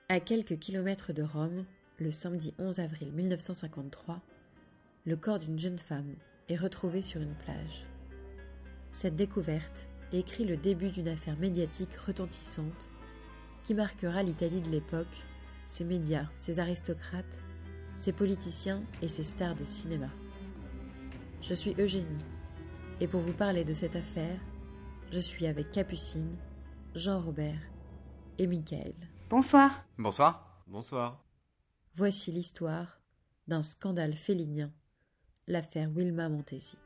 À quelques kilomètres de Rome, le samedi 11 avril 1953, le corps d'une jeune femme est retrouvé sur une plage. Cette découverte écrit le début d'une affaire médiatique retentissante qui marquera l'Italie de l'époque, ses médias, ses aristocrates, ses politiciens et ses stars de cinéma. Je suis Eugénie, et pour vous parler de cette affaire, je suis avec Capucine, Jean-Robert et Michael. Bonsoir. Bonsoir. Bonsoir. Voici l'histoire d'un scandale félinien, l'affaire Wilma Montesi.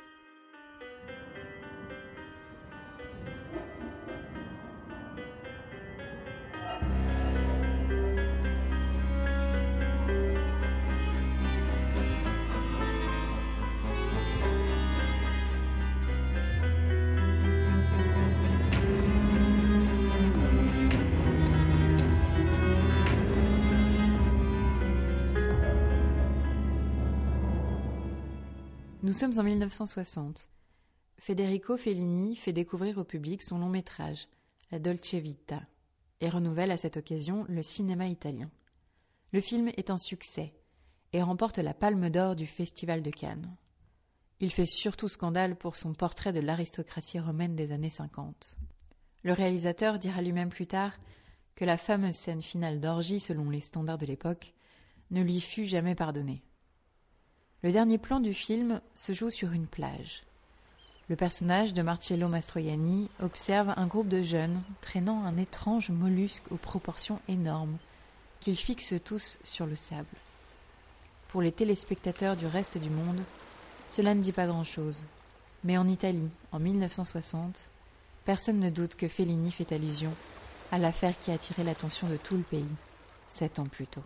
Nous sommes en 1960. Federico Fellini fait découvrir au public son long métrage, La Dolce Vita, et renouvelle à cette occasion le cinéma italien. Le film est un succès et remporte la Palme d'Or du Festival de Cannes. Il fait surtout scandale pour son portrait de l'aristocratie romaine des années 50. Le réalisateur dira lui-même plus tard que la fameuse scène finale d'orgie selon les standards de l'époque ne lui fut jamais pardonnée. Le dernier plan du film se joue sur une plage. Le personnage de Marcello Mastroianni observe un groupe de jeunes traînant un étrange mollusque aux proportions énormes qu'ils fixent tous sur le sable. Pour les téléspectateurs du reste du monde, cela ne dit pas grand-chose. Mais en Italie, en 1960, personne ne doute que Fellini fait allusion à l'affaire qui a attiré l'attention de tout le pays, 7 ans plus tôt.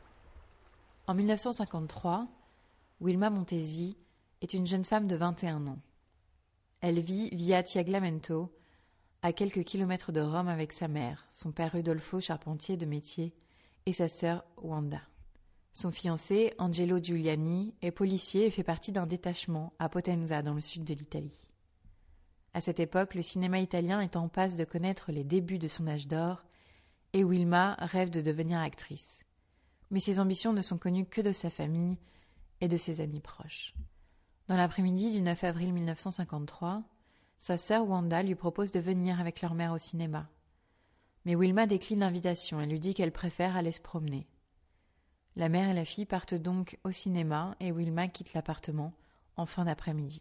En 1953, Wilma Montesi est une jeune femme de 21 ans. Elle vit via Tiaglamento, à quelques kilomètres de Rome avec sa mère, son père Rudolfo, charpentier de métier, et sa sœur Wanda. Son fiancé, Angelo Giuliani, est policier et fait partie d'un détachement à Potenza, dans le sud de l'Italie. À cette époque, le cinéma italien est en passe de connaître les débuts de son âge d'or, et Wilma rêve de devenir actrice. Mais ses ambitions ne sont connues que de sa famille et de ses amis proches. Dans l'après-midi du 9 avril 1953, sa sœur Wanda lui propose de venir avec leur mère au cinéma. Mais Wilma décline l'invitation et lui dit qu'elle préfère aller se promener. La mère et la fille partent donc au cinéma et Wilma quitte l'appartement en fin d'après-midi.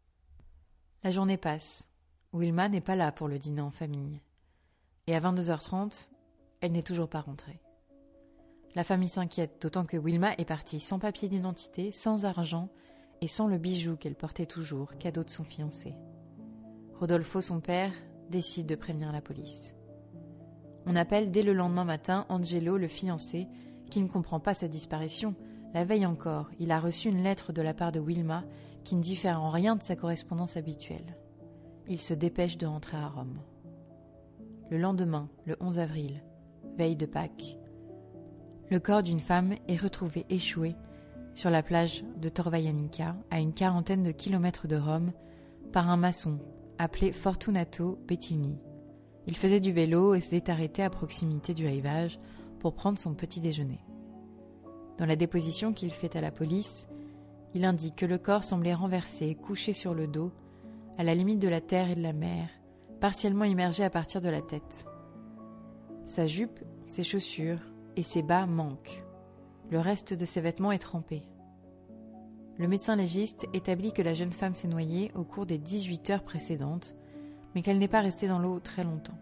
La journée passe. Wilma n'est pas là pour le dîner en famille. Et à 22h30, elle n'est toujours pas rentrée. La famille s'inquiète, d'autant que Wilma est partie sans papier d'identité, sans argent et sans le bijou qu'elle portait toujours, cadeau de son fiancé. Rodolfo, son père, décide de prévenir la police. On appelle dès le lendemain matin Angelo, le fiancé, qui ne comprend pas sa disparition. La veille encore, il a reçu une lettre de la part de Wilma qui ne diffère en rien de sa correspondance habituelle. Il se dépêche de rentrer à Rome. Le lendemain, le 11 avril, veille de Pâques, le corps d'une femme est retrouvé échoué sur la plage de Torvaianica, à une quarantaine de kilomètres de Rome, par un maçon appelé Fortunato Bettini. Il faisait du vélo et s'était arrêté à proximité du rivage pour prendre son petit déjeuner. Dans la déposition qu'il fait à la police, il indique que le corps semblait renversé, couché sur le dos, à la limite de la terre et de la mer, partiellement immergé à partir de la tête. Sa jupe, ses chaussures et ses bas manquent. Le reste de ses vêtements est trempé. Le médecin légiste établit que la jeune femme s'est noyée au cours des 18 heures précédentes, mais qu'elle n'est pas restée dans l'eau très longtemps.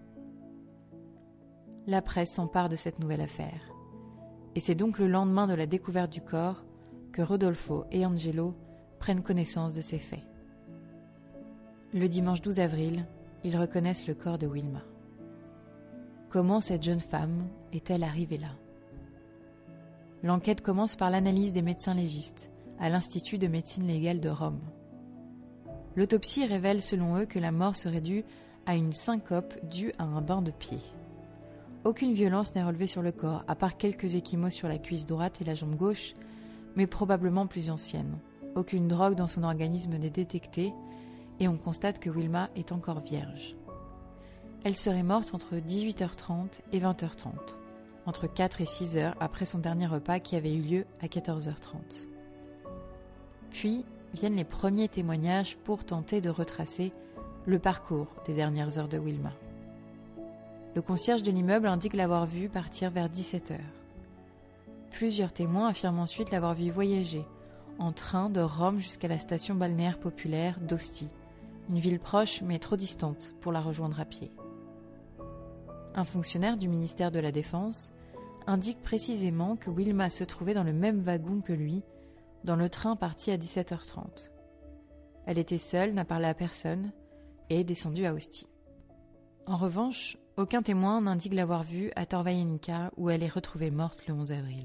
La presse s'empare de cette nouvelle affaire. Et c'est donc le lendemain de la découverte du corps que Rodolfo et Angelo prennent connaissance de ces faits. Le dimanche 12 avril, ils reconnaissent le corps de Wilma. Comment cette jeune femme est-elle arrivée là ? L'enquête commence par l'analyse des médecins légistes à l'Institut de médecine légale de Rome. L'autopsie révèle selon eux que la mort serait due à une syncope due à un bain de pied. Aucune violence n'est relevée sur le corps, à part quelques ecchymoses sur la cuisse droite et la jambe gauche, mais probablement plus anciennes. Aucune drogue dans son organisme n'est détectée et on constate que Wilma est encore vierge. Elle serait morte entre 18h30 et 20h30, entre 4 et 6 heures après son dernier repas qui avait eu lieu à 14h30. Puis viennent les premiers témoignages pour tenter de retracer le parcours des dernières heures de Wilma. Le concierge de l'immeuble indique l'avoir vue partir vers 17h. Plusieurs témoins affirment ensuite l'avoir vue voyager en train de Rome jusqu'à la station balnéaire populaire d'Ostie, une ville proche mais trop distante pour la rejoindre à pied. Un fonctionnaire du ministère de la Défense indique précisément que Wilma se trouvait dans le même wagon que lui, dans le train parti à 17h30. Elle était seule, n'a parlé à personne et est descendue à Ostie. En revanche, aucun témoin n'indique l'avoir vue à Torvajenica où elle est retrouvée morte le 11 avril.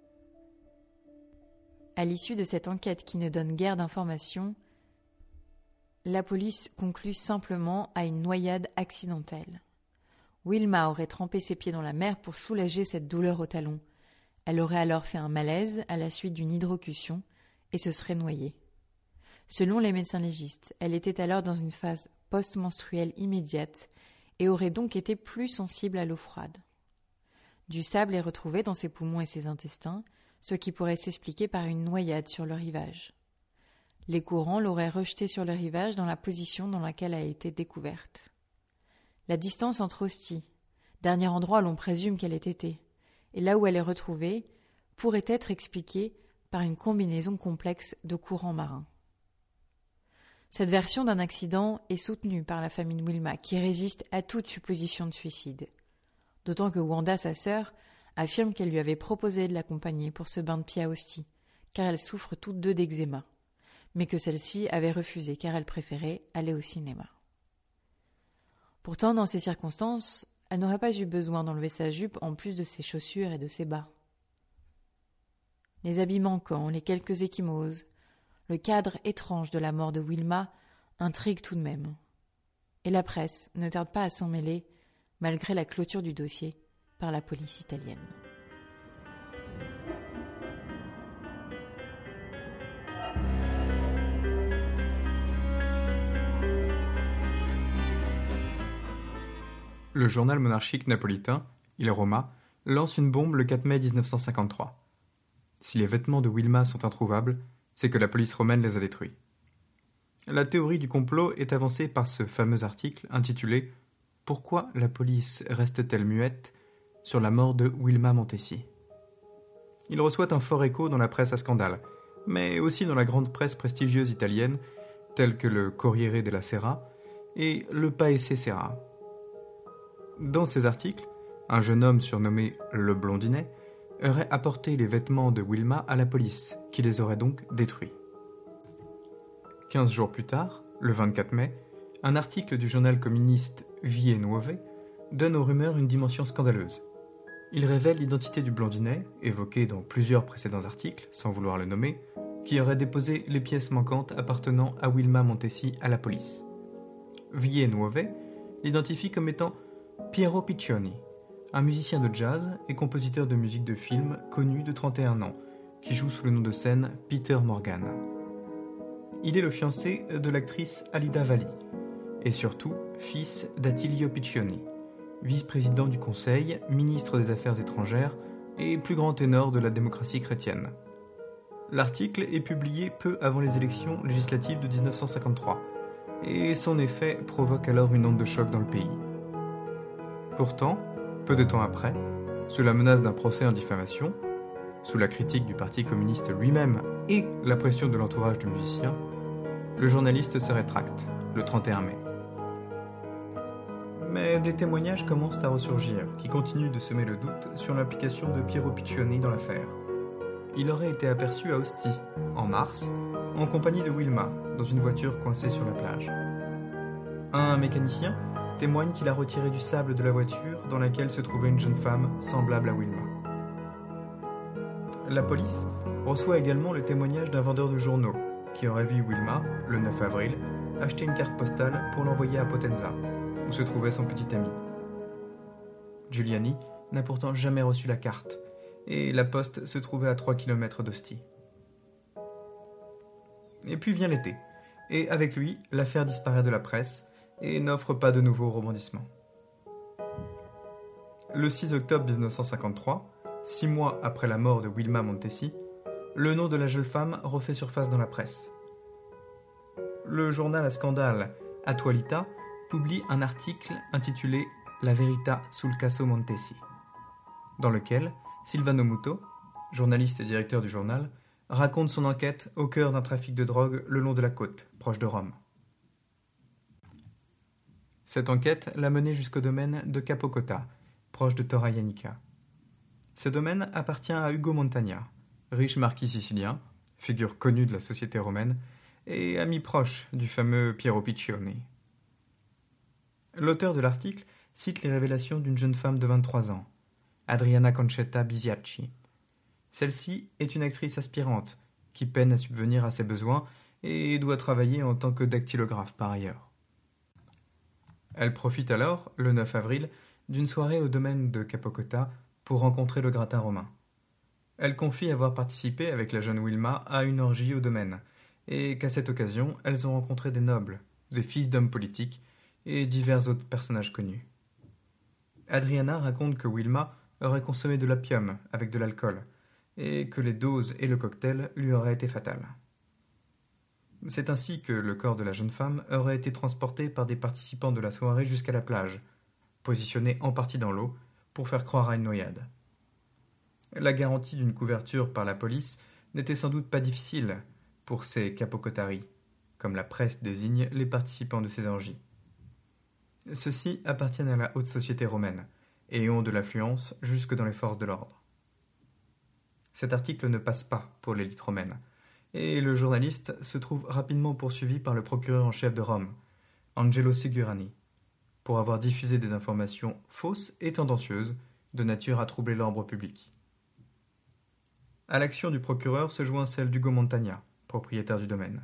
À l'issue de cette enquête qui ne donne guère d'informations, la police conclut simplement à une noyade accidentelle. Wilma aurait trempé ses pieds dans la mer pour soulager cette douleur au talon. Elle aurait alors fait un malaise à la suite d'une hydrocution et se serait noyée. Selon les médecins légistes, elle était alors dans une phase post-menstruelle immédiate et aurait donc été plus sensible à l'eau froide. Du sable est retrouvé dans ses poumons et ses intestins, ce qui pourrait s'expliquer par une noyade sur le rivage. Les courants l'auraient rejetée sur le rivage dans la position dans laquelle elle a été découverte. La distance entre Ostie, dernier endroit où l'on présume qu'elle ait été, et là où elle est retrouvée, pourrait être expliquée par une combinaison complexe de courants marins. Cette version d'un accident est soutenue par la famille de Wilma, qui résiste à toute supposition de suicide. D'autant que Wanda, sa sœur, affirme qu'elle lui avait proposé de l'accompagner pour ce bain de pied à Ostie, car elles souffrent toutes deux d'eczéma, mais que celle-ci avait refusé car elle préférait aller au cinéma. Pourtant, dans ces circonstances, elle n'aurait pas eu besoin d'enlever sa jupe en plus de ses chaussures et de ses bas. Les habits manquants, les quelques ecchymoses, le cadre étrange de la mort de Wilma intrigue tout de même. Et la presse ne tarde pas à s'en mêler, malgré la clôture du dossier par la police italienne. Le journal monarchique napolitain, Il Roma, lance une bombe le 4 mai 1953. Si les vêtements de Wilma sont introuvables, c'est que la police romaine les a détruits. La théorie du complot est avancée par ce fameux article intitulé « Pourquoi la police reste-t-elle muette ?» sur la mort de Wilma Montesi. Il reçoit un fort écho dans la presse à scandale, mais aussi dans la grande presse prestigieuse italienne, telle que le Corriere della Sera et le Paese Sera. Dans ces articles, un jeune homme surnommé le Blondinet aurait apporté les vêtements de Wilma à la police, qui les aurait donc détruits. 15 jours plus tard, le 24 mai, un article du journal communiste Vie Nuove donne aux rumeurs une dimension scandaleuse. Il révèle l'identité du Blondinet, évoqué dans plusieurs précédents articles, sans vouloir le nommer, qui aurait déposé les pièces manquantes appartenant à Wilma Montesi à la police. Vie Nuove l'identifie comme étant Piero Piccioni, un musicien de jazz et compositeur de musique de film connu de 31 ans, qui joue sous le nom de scène Peter Morgan. Il est le fiancé de l'actrice Alida Valli, et surtout fils d'Attilio Piccioni, vice-président du Conseil, ministre des Affaires étrangères et plus grand ténor de la démocratie chrétienne. L'article est publié peu avant les élections législatives de 1953, et son effet provoque alors une onde de choc dans le pays. Pourtant, peu de temps après, sous la menace d'un procès en diffamation, sous la critique du Parti communiste lui-même et la pression de l'entourage du musicien, le journaliste se rétracte, le 31 mai. Mais des témoignages commencent à ressurgir, qui continuent de semer le doute sur l'implication de Piero Piccioni dans l'affaire. Il aurait été aperçu à Ostie, en mars, en compagnie de Wilma, dans une voiture coincée sur la plage. Un mécanicien témoigne qu'il a retiré du sable de la voiture dans laquelle se trouvait une jeune femme semblable à Wilma. La police reçoit également le témoignage d'un vendeur de journaux qui aurait vu Wilma, le 9 avril, acheter une carte postale pour l'envoyer à Potenza, où se trouvait son petit ami. Giuliani n'a pourtant jamais reçu la carte, et la poste se trouvait à 3 km d'Ostie. Et puis vient l'été, et avec lui, l'affaire disparaît de la presse et n'offre pas de nouveaux rebondissements. Le 6 octobre 1953, 6 mois après la mort de Wilma Montesi, le nom de la jeune femme refait surface dans la presse. Le journal à scandale Attualità publie un article intitulé « La verità sul caso Montesi », dans lequel Silvano Muto, journaliste et directeur du journal, raconte son enquête au cœur d'un trafic de drogue le long de la côte, proche de Rome. Cette enquête l'a mené jusqu'au domaine de Capocota, proche de Torre Aianica. Ce domaine appartient à Ugo Montagna, riche marquis sicilien, figure connue de la société romaine, et ami proche du fameux Piero Piccioni. L'auteur de l'article cite les révélations d'une jeune femme de 23 ans, Adriana Concetta Bisiacci. Celle-ci est une actrice aspirante qui peine à subvenir à ses besoins et doit travailler en tant que dactylographe par ailleurs. Elle profite alors, le 9 avril, d'une soirée au domaine de Capocota pour rencontrer le gratin romain. Elle confie avoir participé avec la jeune Wilma à une orgie au domaine et qu'à cette occasion, elles ont rencontré des nobles, des fils d'hommes politiques et divers autres personnages connus. Adriana raconte que Wilma aurait consommé de l'opium avec de l'alcool et que les doses et le cocktail lui auraient été fatales. C'est ainsi que le corps de la jeune femme aurait été transporté par des participants de la soirée jusqu'à la plage, positionné en partie dans l'eau pour faire croire à une noyade. La garantie d'une couverture par la police n'était sans doute pas difficile pour ces capocotari, comme la presse désigne les participants de ces orgies. Ceux-ci appartiennent à la haute société romaine et ont de l'influence jusque dans les forces de l'ordre. Cet article ne passe pas pour l'élite romaine, et le journaliste se trouve rapidement poursuivi par le procureur en chef de Rome, Angelo Sigurani, pour avoir diffusé des informations fausses et tendancieuses de nature à troubler l'ordre public. À l'action du procureur se joint celle d'Ugo Montagna, propriétaire du domaine.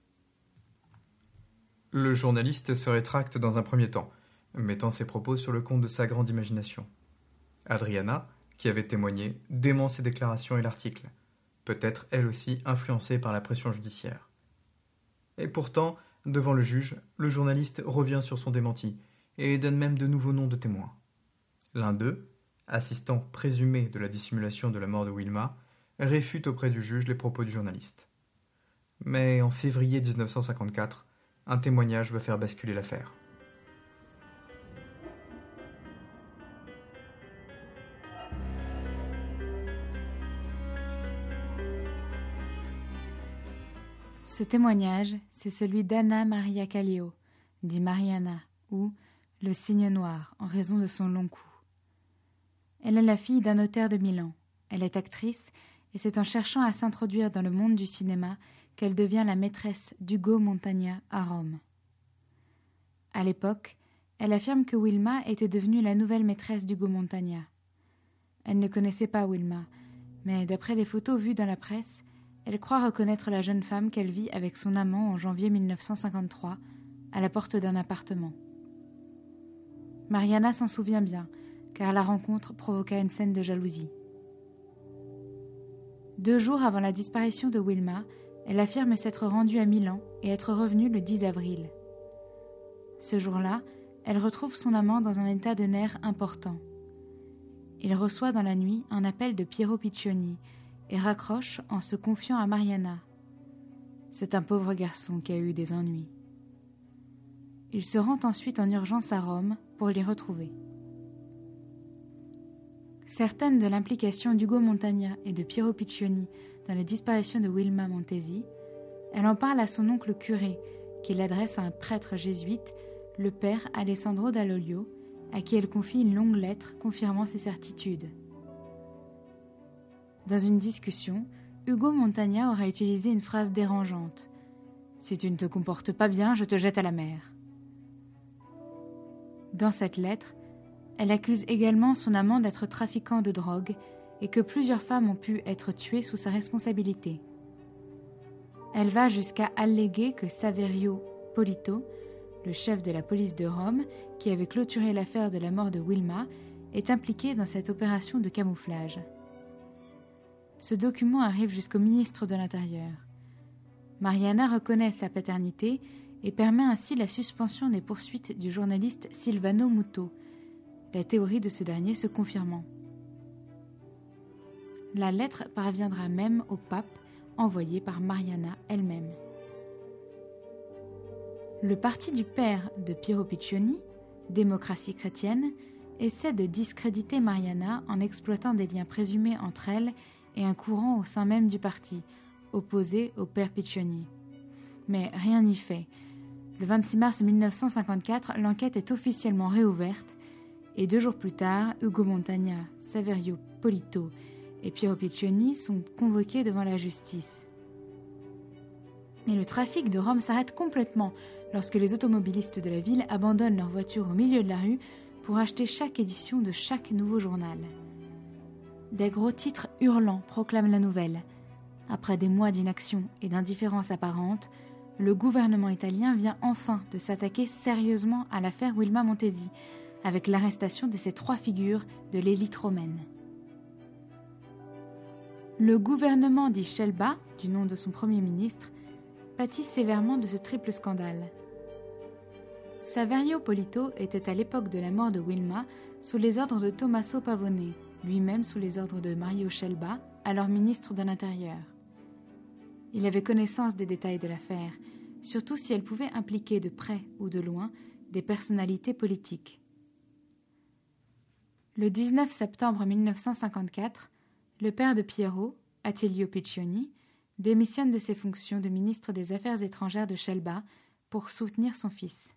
Le journaliste se rétracte dans un premier temps, mettant ses propos sur le compte de sa grande imagination. Adriana, qui avait témoigné, dément ses déclarations et l'article, peut-être elle aussi influencée par la pression judiciaire. Et pourtant, devant le juge, le journaliste revient sur son démenti et donne même de nouveaux noms de témoins. L'un d'eux, assistant présumé de la dissimulation de la mort de Wilma, réfute auprès du juge les propos du journaliste. Mais en février 1954, un témoignage va faire basculer l'affaire. Ce témoignage, c'est celui d'Anna Maria Kallio, dit Mariana, ou le cygne noir, en raison de son long cou. Elle est la fille d'un notaire de Milan. Elle est actrice, et c'est en cherchant à s'introduire dans le monde du cinéma qu'elle devient la maîtresse d'Ugo Montagna à Rome. À l'époque, elle affirme que Wilma était devenue la nouvelle maîtresse d'Ugo Montagna. Elle ne connaissait pas Wilma, mais d'après des photos vues dans la presse, elle croit reconnaître la jeune femme qu'elle vit avec son amant en janvier 1953 à la porte d'un appartement. Mariana s'en souvient bien, car la rencontre provoqua une scène de jalousie. 2 jours avant la disparition de Wilma, elle affirme s'être rendue à Milan et être revenue le 10 avril. Ce jour-là, elle retrouve son amant dans un état de nerfs important. Il reçoit dans la nuit un appel de Piero Piccioni et raccroche en se confiant à Mariana. C'est un pauvre garçon qui a eu des ennuis. Il se rend ensuite en urgence à Rome pour les retrouver. Certaine de l'implication d'Ugo Montagna et de Piero Piccioni dans la disparition de Wilma Montesi, elle en parle à son oncle curé, qui l'adresse à un prêtre jésuite, le père Alessandro Dall'Olio, à qui elle confie une longue lettre confirmant ses certitudes. Dans une discussion, Ugo Montagna aura utilisé une phrase dérangeante. « Si tu ne te comportes pas bien, je te jette à la mer. » Dans cette lettre, elle accuse également son amant d'être trafiquant de drogue et que plusieurs femmes ont pu être tuées sous sa responsabilité. Elle va jusqu'à alléguer que Saverio Polito, le chef de la police de Rome, qui avait clôturé l'affaire de la mort de Wilma, est impliqué dans cette opération de camouflage. Ce document arrive jusqu'au ministre de l'Intérieur. Mariana reconnaît sa paternité et permet ainsi la suspension des poursuites du journaliste Silvano Muto, la théorie de ce dernier se confirmant. La lettre parviendra même au pape, envoyée par Mariana elle-même. Le parti du père de Piero Piccioni, Démocratie chrétienne, essaie de discréditer Mariana en exploitant des liens présumés entre elle et un courant au sein même du parti, opposé au père Piccioni. Mais rien n'y fait. Le 26 mars 1954, l'enquête est officiellement réouverte et 2 jours plus tard, Ugo Montagna, Saverio Polito et Piero Piccioni sont convoqués devant la justice. Et le trafic de Rome s'arrête complètement lorsque les automobilistes de la ville abandonnent leurs voitures au milieu de la rue pour acheter chaque édition de chaque nouveau journal. Des gros titres hurlants proclament la nouvelle. Après des mois d'inaction et d'indifférence apparente, le gouvernement italien vient enfin de s'attaquer sérieusement à l'affaire Wilma Montesi, avec l'arrestation de ces 3 figures de l'élite romaine. Le gouvernement dit Scelba, du nom de son premier ministre, pâtit sévèrement de ce triple scandale. Saverio Polito était à l'époque de la mort de Wilma sous les ordres de Tommaso Pavone, lui-même sous les ordres de Mario Scelba, alors ministre de l'Intérieur. Il avait connaissance des détails de l'affaire, surtout si elle pouvait impliquer de près ou de loin des personnalités politiques. Le 19 septembre 1954, le père de Piero, Attilio Piccioni, démissionne de ses fonctions de ministre des Affaires étrangères de Scelba pour soutenir son fils.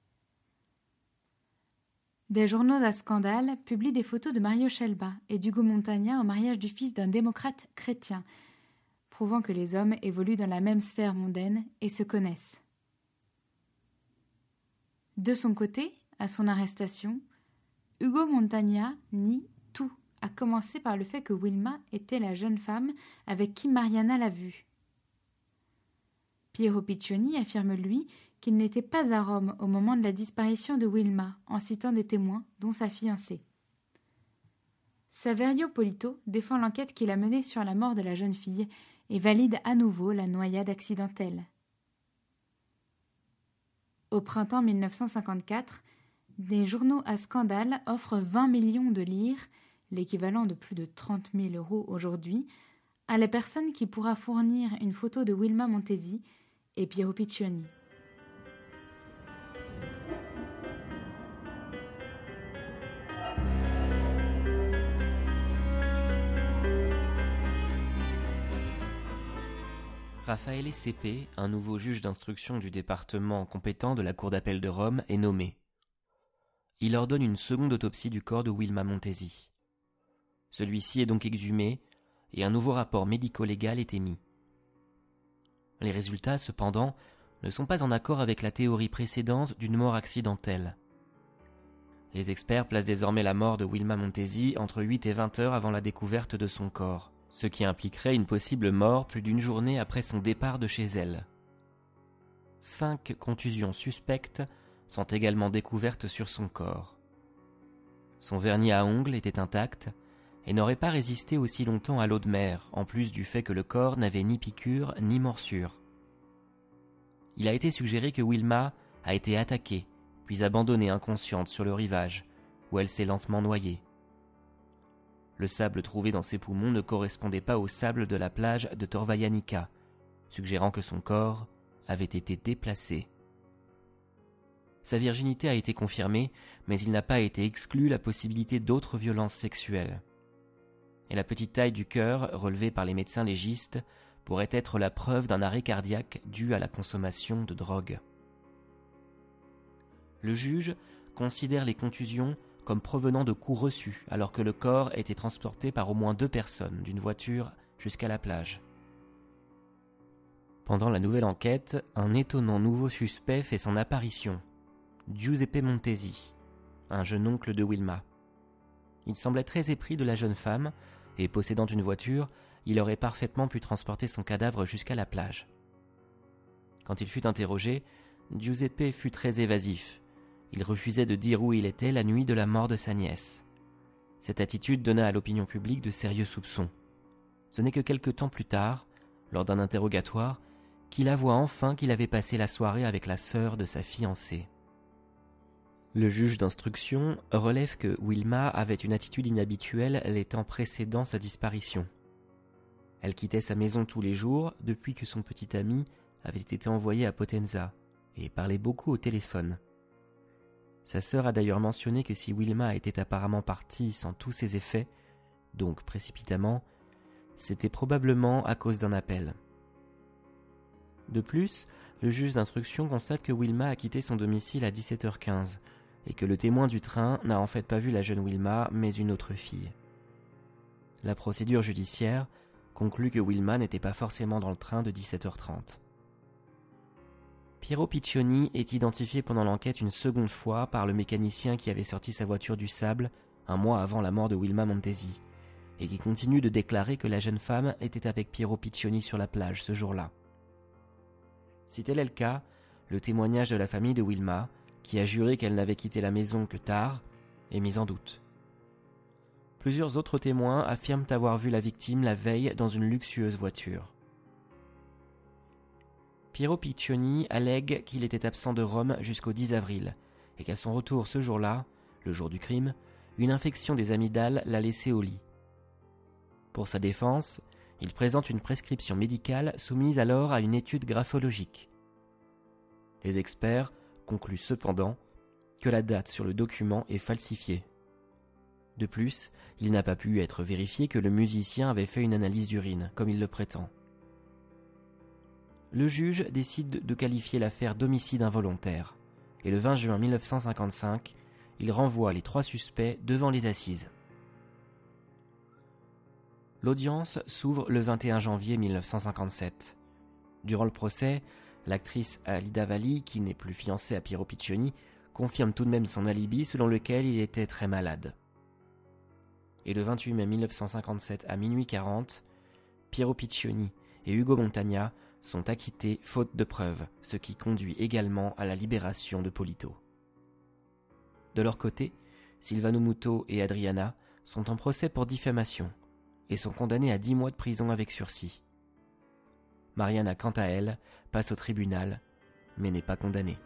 Des journaux à scandale publient des photos de Mario Scelba et d'Ugo Montagna au mariage du fils d'un démocrate chrétien, prouvant que les hommes évoluent dans la même sphère mondaine et se connaissent. De son côté, à son arrestation, Ugo Montagna nie tout, à commencer par le fait que Wilma était la jeune femme avec qui Mariana l'a vue. Piero Piccioni affirme, lui, qu'il n'était pas à Rome au moment de la disparition de Wilma, en citant des témoins, dont sa fiancée. Saverio Polito défend l'enquête qu'il a menée sur la mort de la jeune fille et valide à nouveau la noyade accidentelle. Au printemps 1954, des journaux à scandale offrent 20 millions de lire, l'équivalent de plus de 30 000 € aujourd'hui, à la personne qui pourra fournir une photo de Wilma Montesi et Piero Piccioni. Raffaele Sepe, un nouveau juge d'instruction du département compétent de la Cour d'appel de Rome, est nommé. Il ordonne une seconde autopsie du corps de Wilma Montesi. Celui-ci est donc exhumé et un nouveau rapport médico-légal est émis. Les résultats, cependant, ne sont pas en accord avec la théorie précédente d'une mort accidentelle. Les experts placent désormais la mort de Wilma Montesi entre 8 et 20 heures avant la découverte de son corps, ce qui impliquerait une possible mort plus d'une journée après son départ de chez elle. 5 contusions suspectes sont également découvertes sur son corps. Son vernis à ongles était intact et n'aurait pas résisté aussi longtemps à l'eau de mer, en plus du fait que le corps n'avait ni piqûre ni morsure. Il a été suggéré que Wilma a été attaquée, puis abandonnée inconsciente sur le rivage, où elle s'est lentement noyée. Le sable trouvé dans ses poumons ne correspondait pas au sable de la plage de Torvaianica, suggérant que son corps avait été déplacé. Sa virginité a été confirmée, mais il n'a pas été exclu la possibilité d'autres violences sexuelles. Et la petite taille du cœur, relevée par les médecins légistes, pourrait être la preuve d'un arrêt cardiaque dû à la consommation de drogue. Le juge considère les contusions comme provenant de coups reçus, alors que le corps a été transporté par au moins 2 personnes d'une voiture jusqu'à la plage. Pendant la nouvelle enquête, un étonnant nouveau suspect fait son apparition, Giuseppe Montesi, un jeune oncle de Wilma. Il semblait très épris de la jeune femme, et possédant une voiture, il aurait parfaitement pu transporter son cadavre jusqu'à la plage. Quand il fut interrogé, Giuseppe fut très évasif. Il refusait de dire où il était la nuit de la mort de sa nièce. Cette attitude donna à l'opinion publique de sérieux soupçons. Ce n'est que quelque temps plus tard, lors d'un interrogatoire, qu'il avoua enfin qu'il avait passé la soirée avec la sœur de sa fiancée. Le juge d'instruction relève que Wilma avait une attitude inhabituelle les temps précédant sa disparition. Elle quittait sa maison tous les jours depuis que son petit ami avait été envoyé à Potenza et parlait beaucoup au téléphone. Sa sœur a d'ailleurs mentionné que si Wilma était apparemment partie sans tous ses effets, donc précipitamment, c'était probablement à cause d'un appel. De plus, le juge d'instruction constate que Wilma a quitté son domicile à 17h15 et que le témoin du train n'a en fait pas vu la jeune Wilma mais une autre fille. La procédure judiciaire conclut que Wilma n'était pas forcément dans le train de 17h30. Piero Piccioni est identifié pendant l'enquête une seconde fois par le mécanicien qui avait sorti sa voiture du sable un mois avant la mort de Wilma Montesi et qui continue de déclarer que la jeune femme était avec Piero Piccioni sur la plage ce jour-là. Si tel est le cas, le témoignage de la famille de Wilma, qui a juré qu'elle n'avait quitté la maison que tard, est mis en doute. Plusieurs autres témoins affirment avoir vu la victime la veille dans une luxueuse voiture. Piero Piccioni allègue qu'il était absent de Rome jusqu'au 10 avril et qu'à son retour ce jour-là, le jour du crime, une infection des amygdales l'a laissé au lit. Pour sa défense, il présente une prescription médicale soumise alors à une étude graphologique. Les experts concluent cependant que la date sur le document est falsifiée. De plus, il n'a pas pu être vérifié que le musicien avait fait une analyse d'urine, comme il le prétend. Le juge décide de qualifier l'affaire d'homicide involontaire, et le 20 juin 1955, il renvoie les 3 suspects devant les assises. L'audience s'ouvre le 21 janvier 1957. Durant le procès, l'actrice Alida Valli, qui n'est plus fiancée à Piero Piccioni, confirme tout de même son alibi selon lequel il était très malade. Et le 28 mai 1957 à minuit 40, Piero Piccioni et Ugo Montagna sont acquittés faute de preuves, ce qui conduit également à la libération de Polito. De leur côté, Silvano Muto et Adriana sont en procès pour diffamation et sont condamnés à 10 mois de prison avec sursis. Mariana, quant à elle, passe au tribunal, mais n'est pas condamnée.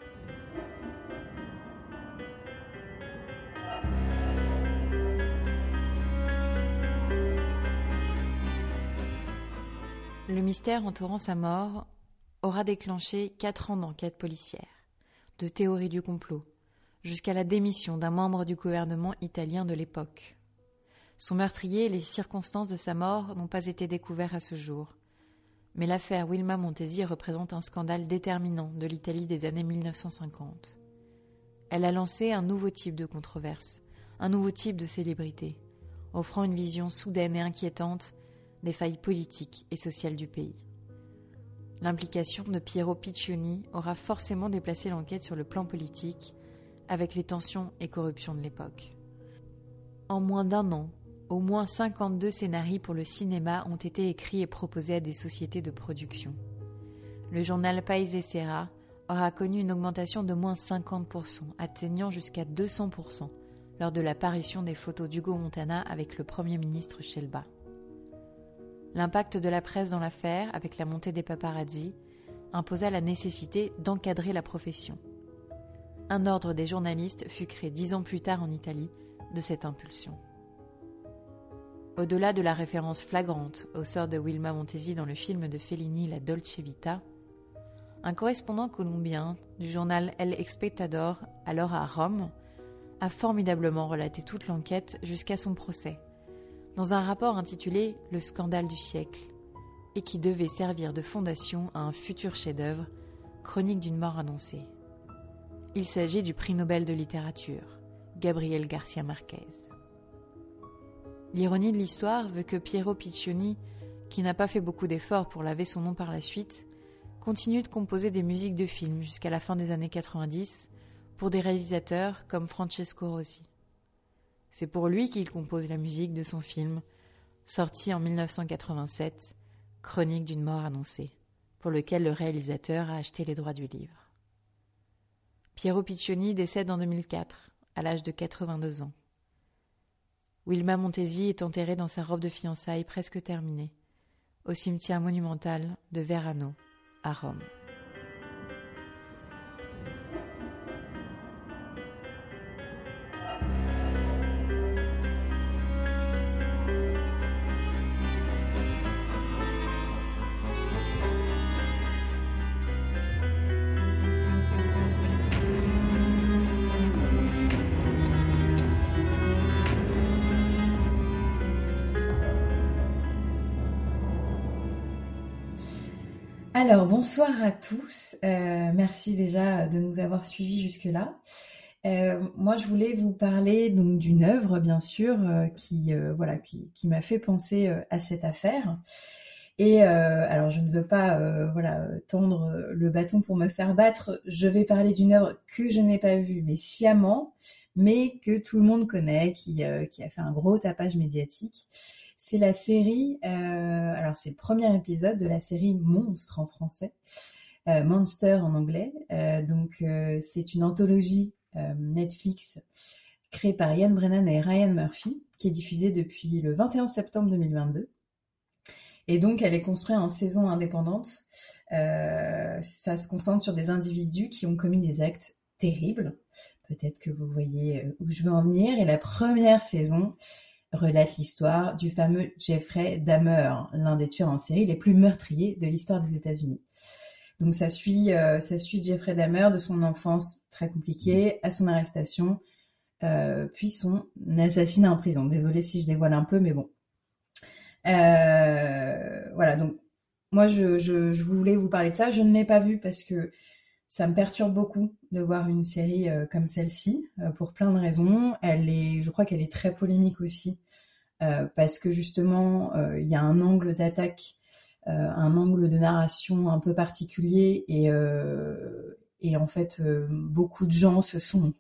Le mystère entourant sa mort aura déclenché 4 ans d'enquête policière, de théorie du complot, jusqu'à la démission d'un membre du gouvernement italien de l'époque. Son meurtrier et les circonstances de sa mort n'ont pas été découverts à ce jour. Mais l'affaire Wilma Montesi représente un scandale déterminant de l'Italie des années 1950. Elle a lancé un nouveau type de controverse, un nouveau type de célébrité, offrant une vision soudaine et inquiétante des failles politiques et sociales du pays. L'implication de Piero Piccioni aura forcément déplacé l'enquête sur le plan politique, avec les tensions et corruptions de l'époque. En moins d'1 an, au moins 52 scénarios pour le cinéma ont été écrits et proposés à des sociétés de production. Le journal Paese Sera aura connu une augmentation de moins 50%, atteignant jusqu'à 200% lors de l'apparition des photos d'Ugo Montana avec le Premier ministre Scelba. L'impact de la presse dans l'affaire, avec la montée des paparazzi, imposa la nécessité d'encadrer la profession. Un ordre des journalistes fut créé 10 ans plus tard en Italie de cette impulsion. Au-delà de la référence flagrante au sort de Wilma Montesi dans le film de Fellini La Dolce Vita, un correspondant colombien du journal El Espectador, alors à Rome, a formidablement relaté toute l'enquête jusqu'à son procès, dans un rapport intitulé « Le scandale du siècle » et qui devait servir de fondation à un futur chef-d'œuvre, Chronique d'une mort annoncée. Il s'agit du prix Nobel de littérature, Gabriel García Márquez. L'ironie de l'histoire veut que Piero Piccioni, qui n'a pas fait beaucoup d'efforts pour laver son nom par la suite, continue de composer des musiques de films jusqu'à la fin des années 90 pour des réalisateurs comme Francesco Rosi. C'est pour lui qu'il compose la musique de son film, sorti en 1987, Chronique d'une mort annoncée, pour lequel le réalisateur a acheté les droits du livre. Piero Piccioni décède en 2004, à l'âge de 82 ans. Wilma Montesi est enterrée dans sa robe de fiançailles presque terminée, au cimetière monumental de Verano, à Rome. Alors, bonsoir à tous. Merci déjà de nous avoir suivis jusque-là. Moi, je voulais vous parler donc d'une œuvre, bien sûr, qui m'a fait penser à cette affaire. Et alors, je ne veux pas tendre le bâton pour me faire battre. Je vais parler d'une œuvre que je n'ai pas vue, mais sciemment, mais que tout le monde connaît, qui a fait un gros tapage médiatique. C'est la série, alors c'est le premier épisode de la série Monstre en français, Monster en anglais. C'est une anthologie Netflix créée par Ian Brennan et Ryan Murphy, qui est diffusée depuis le 21 septembre 2022. Et donc, elle est construite en saison indépendante. Ça se concentre sur des individus qui ont commis des actes terribles. Peut-être que vous voyez où je veux en venir. Et la première saison relate l'histoire du fameux Jeffrey Dahmer, l'un des tueurs en série les plus meurtriers de l'histoire des États-Unis. Donc ça suit Jeffrey Dahmer de son enfance très compliquée à son arrestation, puis son assassinat en prison. Désolée si je dévoile un peu, mais bon. Voilà, donc moi je voulais vous parler de ça. Je ne l'ai pas vu parce que ça me perturbe beaucoup de voir une série comme celle-ci, pour plein de raisons. Je crois qu'elle est très polémique aussi, parce que justement, il y a un angle d'attaque, un angle de narration un peu particulier, et en fait, beaucoup de gens sont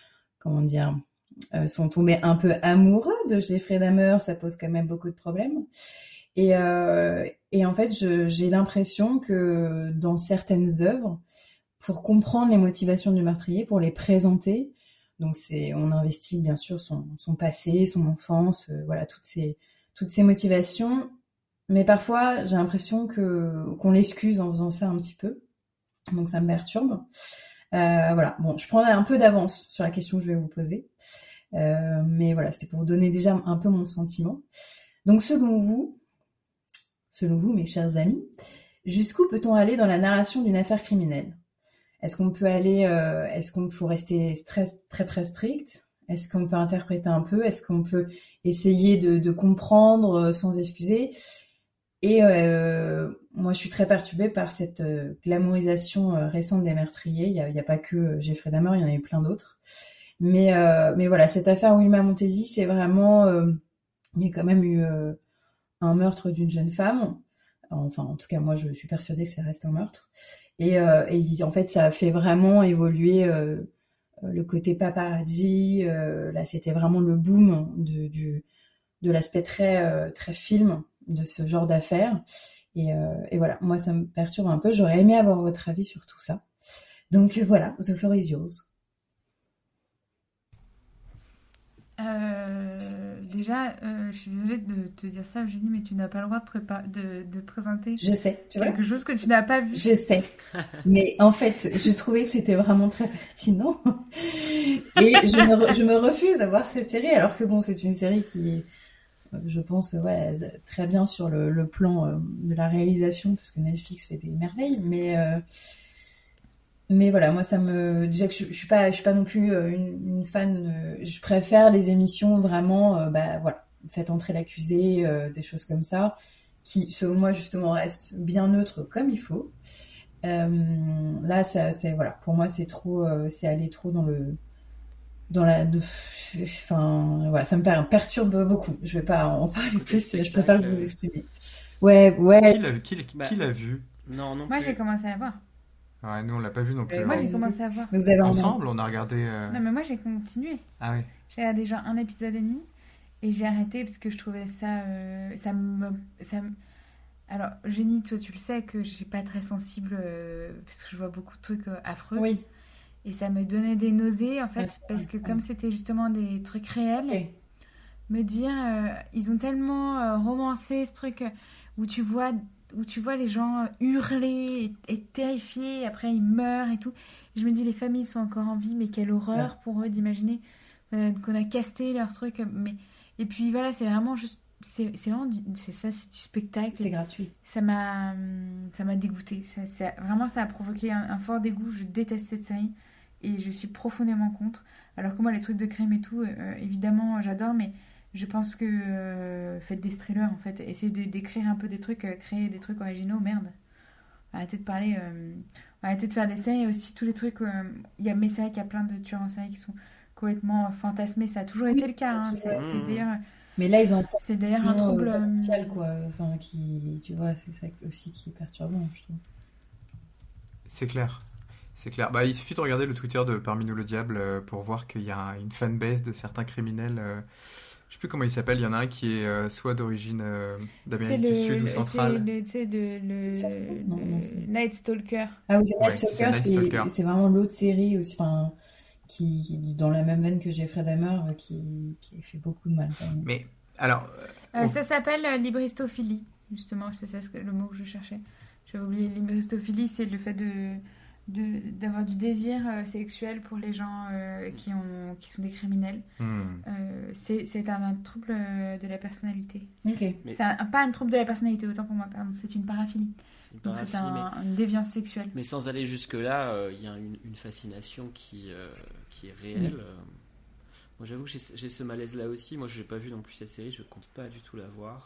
tombés un peu amoureux de Jeffrey Dahmer. Ça pose quand même beaucoup de problèmes. Et en fait, j'ai l'impression que dans certaines œuvres, pour comprendre les motivations du meurtrier, pour les présenter, donc on investit bien sûr son passé, son enfance, toutes ces motivations, mais parfois j'ai l'impression qu'on l'excuse en faisant ça un petit peu, donc ça me perturbe. Voilà, bon, je prends un peu d'avance sur la question que je vais vous poser, mais voilà, c'était pour vous donner déjà un peu mon sentiment. Donc selon vous, mes chers amis, jusqu'où peut-on aller dans la narration d'une affaire criminelle ? Est-ce qu'on peut aller, est-ce qu'on faut rester très très très strict ? Est-ce qu'on peut interpréter un peu ? Est-ce qu'on peut essayer de comprendre sans excuser ? Et moi, je suis très perturbée par cette glamourisation récente des meurtriers. Il y a pas que Jeffrey Dahmer, il y en a eu plein d'autres. Mais voilà, cette affaire Wilma Montesi, c'est vraiment, il y a quand même eu un meurtre d'une jeune femme. Enfin, en tout cas, moi, je suis persuadée que ça reste un meurtre. Et en fait, ça a fait vraiment évoluer le côté paparazzi. Là, c'était vraiment le boom de l'aspect très très film de ce genre d'affaires. Et voilà, moi, ça me perturbe un peu. J'aurais aimé avoir votre avis sur tout ça. Donc voilà, the floor is yours. Déjà, je suis désolée de te dire ça, Eugénie, mais tu n'as pas le droit de présenter Je sais, tu vois. Quelque chose que tu n'as pas vu. Je sais. Mais en fait, je trouvais que c'était vraiment très pertinent. Et je me refuse à voir cette série, alors que bon, c'est une série qui est, je pense, très bien sur le plan de la réalisation, parce que Netflix fait des merveilles, mais voilà, moi déjà que je suis pas non plus une fan. Je préfère les émissions vraiment, faites entrer l'accusé, des choses comme ça, qui selon moi justement restent bien neutres comme il faut. Là, c'est voilà, pour moi c'est trop, c'est aller trop voilà, ça me perturbe beaucoup. Je vais pas en parler plus, je préfère que vous exprimiez. Ouais. Qui l'a vu ? Non plus. Moi, j'ai commencé à la voir. Ouais, nous on l'a pas vu non plus. Moi, j'ai commencé à voir. Mais vous avez ensemble, on a regardé. Non, mais moi, j'ai continué. Ah oui. J'ai regardé déjà un épisode et demi et j'ai arrêté parce que je trouvais ça, Alors, Jenny, toi, tu le sais que je suis pas très sensible parce que je vois beaucoup de trucs affreux. Oui. Et ça me donnait des nausées en fait, parce que comme c'était justement des trucs réels, me dire, ils ont tellement romancé ce truc où tu vois les gens hurler et terrifiés, après ils meurent et tout. Je me dis, les familles sont encore en vie, mais quelle horreur pour eux d'imaginer qu'on a casté leur truc. Et puis voilà, c'est vraiment juste, c'est vraiment c'est du spectacle. C'est gratuit. Ça m'a dégoûtée. Vraiment, ça a provoqué un fort dégoût. Je déteste cette série et je suis profondément contre. Alors que moi, les trucs de crime et tout, évidemment, j'adore, mais je pense que faites des thrillers en fait, essayez d'écrire un peu des trucs, créer des trucs originaux, merde. arrêter de parler, arrêter de faire des séries, et aussi tous les trucs. Mais c'est vrai qu'il y a plein de tueurs en série qui sont complètement fantasmés. Ça a toujours été le cas. Hein. C'est d'ailleurs. Mais là, ils ont c'est d'ailleurs un trouble social, quoi. Enfin, tu vois, c'est ça aussi qui est perturbant, je trouve. C'est clair. C'est clair. Bah, il suffit de regarder le Twitter de Parmi nous le diable pour voir qu'il y a une fanbase de certains criminels. Je sais plus comment il s'appelle. Il y en a un qui est soit d'origine d'Amérique du Sud ou centrale. C'est le Night Stalker. Ah oui, c'est Ouais, Night c'est Stalker, Night Stalker. c'est vraiment l'autre série aussi, enfin, qui dans la même veine que Jeffrey Dahmer, qui fait beaucoup de mal quand même. Mais alors, Ça s'appelle libristophilie, justement. C'est ça le mot que je cherchais. J'avais oublié. Libristophilie, c'est le fait d'avoir du désir sexuel pour les gens qui sont des criminels. C'est un trouble de la personnalité. Ok. C'est pas un trouble de la personnalité, autant pour moi, pardon. C'est une paraphilie. Donc c'est une déviance sexuelle. Mais sans aller jusque-là, il y a une fascination qui est réelle. Moi, j'avoue que j'ai ce malaise-là aussi. Moi, je n'ai pas vu non plus cette série. Je ne compte pas du tout la voir.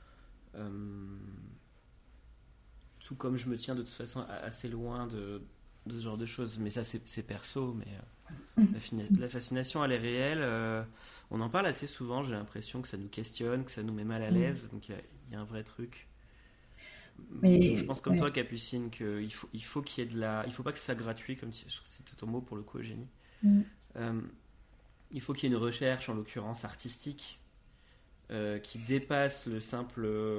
Tout comme je me tiens de toute façon assez loin de ce genre de choses. Mais ça, c'est perso. Mais la fascination, elle est réelle. On en parle assez souvent. J'ai l'impression que ça nous questionne, que ça nous met mal à l'aise. Donc, il y a un vrai truc. Mais je pense comme toi, Capucine, qu'il faut qu'il y ait il faut pas que ça soit gratuit, comme c'était ton mot pour le coup, Eugénie. Il faut qu'il y ait une recherche, en l'occurrence artistique, qui dépasse le simple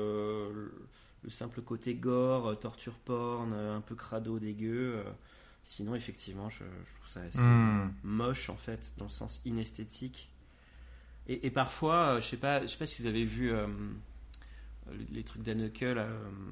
côté gore, torture porn, un peu crado, dégueu. Sinon, effectivement, je trouve ça assez moche, en fait, dans le sens inesthétique. Et parfois, je sais pas si vous avez vu les trucs d'Haneke, là.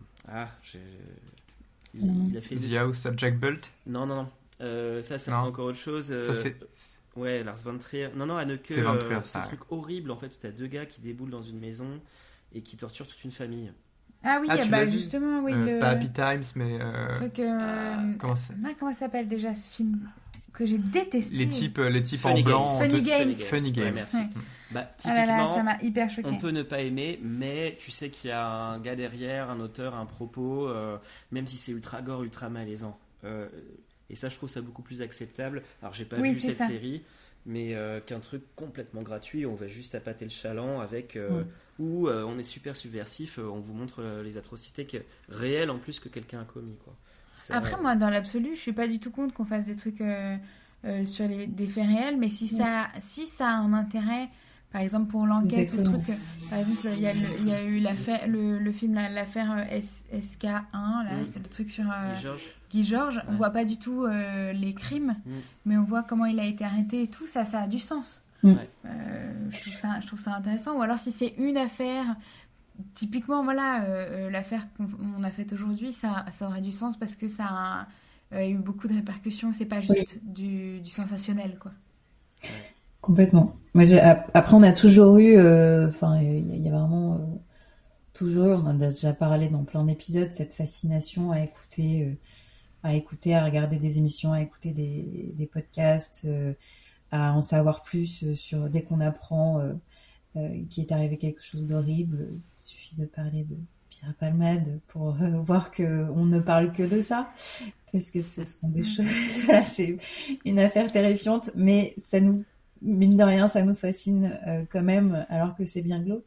Il a fait The House of Jack Bult. Non. Ça, c'est encore autre chose. Ça, c'est... Ouais, Lars von Trier. Non, Haneke, c'est Von Trier, c'est un truc horrible, en fait, où t'as deux gars qui déboulent dans une maison et qui torturent toute une famille. Ah oui, tu l'as vu justement, oui. C'est pas Happy Times, mais... Truc, comment ça s'appelle déjà ce film que j'ai détesté? Les types Funny en blanc. Funny Games. Funny Games. Ouais, merci. Ouais. Typiquement, ça m'a hyper choqué. on peut ne pas aimer, mais tu sais qu'il y a un gars derrière, un auteur, un propos, même si c'est ultra gore, ultra malaisant. Et ça, je trouve ça beaucoup plus acceptable. Alors, j'ai pas vu cette série, mais qu'un truc complètement gratuit, on va juste appâter le chaland avec... où on est super subversif, on vous montre les atrocités réelles en plus que quelqu'un a commis, quoi. Ça... Après, moi, dans l'absolu, je suis pas du tout contre qu'on fasse des trucs sur des faits réels, mais si ça a un intérêt, par exemple pour l'enquête ou le truc, par exemple, il y a eu le film l'affaire SK1, là, c'est le truc sur Guy Georges. On voit pas du tout les crimes, mais on voit comment il a été arrêté et tout, ça a du sens. Je trouve ça intéressant. Ou alors si c'est une affaire, typiquement l'affaire qu'on a faite aujourd'hui, ça aurait du sens parce que ça a eu beaucoup de répercussions. C'est pas juste du sensationnel, quoi. Complètement. Moi, après, on a toujours eu, il y a vraiment toujours, on en a déjà parlé dans plein d'épisodes, cette fascination à écouter, à regarder des émissions, à écouter des podcasts, à en savoir plus sur dès qu'on apprend qu'il est arrivé quelque chose d'horrible. Il suffit de parler de Pierre Palmade pour voir qu'on ne parle que de ça, parce que ce sont des choses... Voilà, c'est une affaire terrifiante, mais ça nous, mine de rien, ça nous fascine quand même, alors que c'est bien glauque.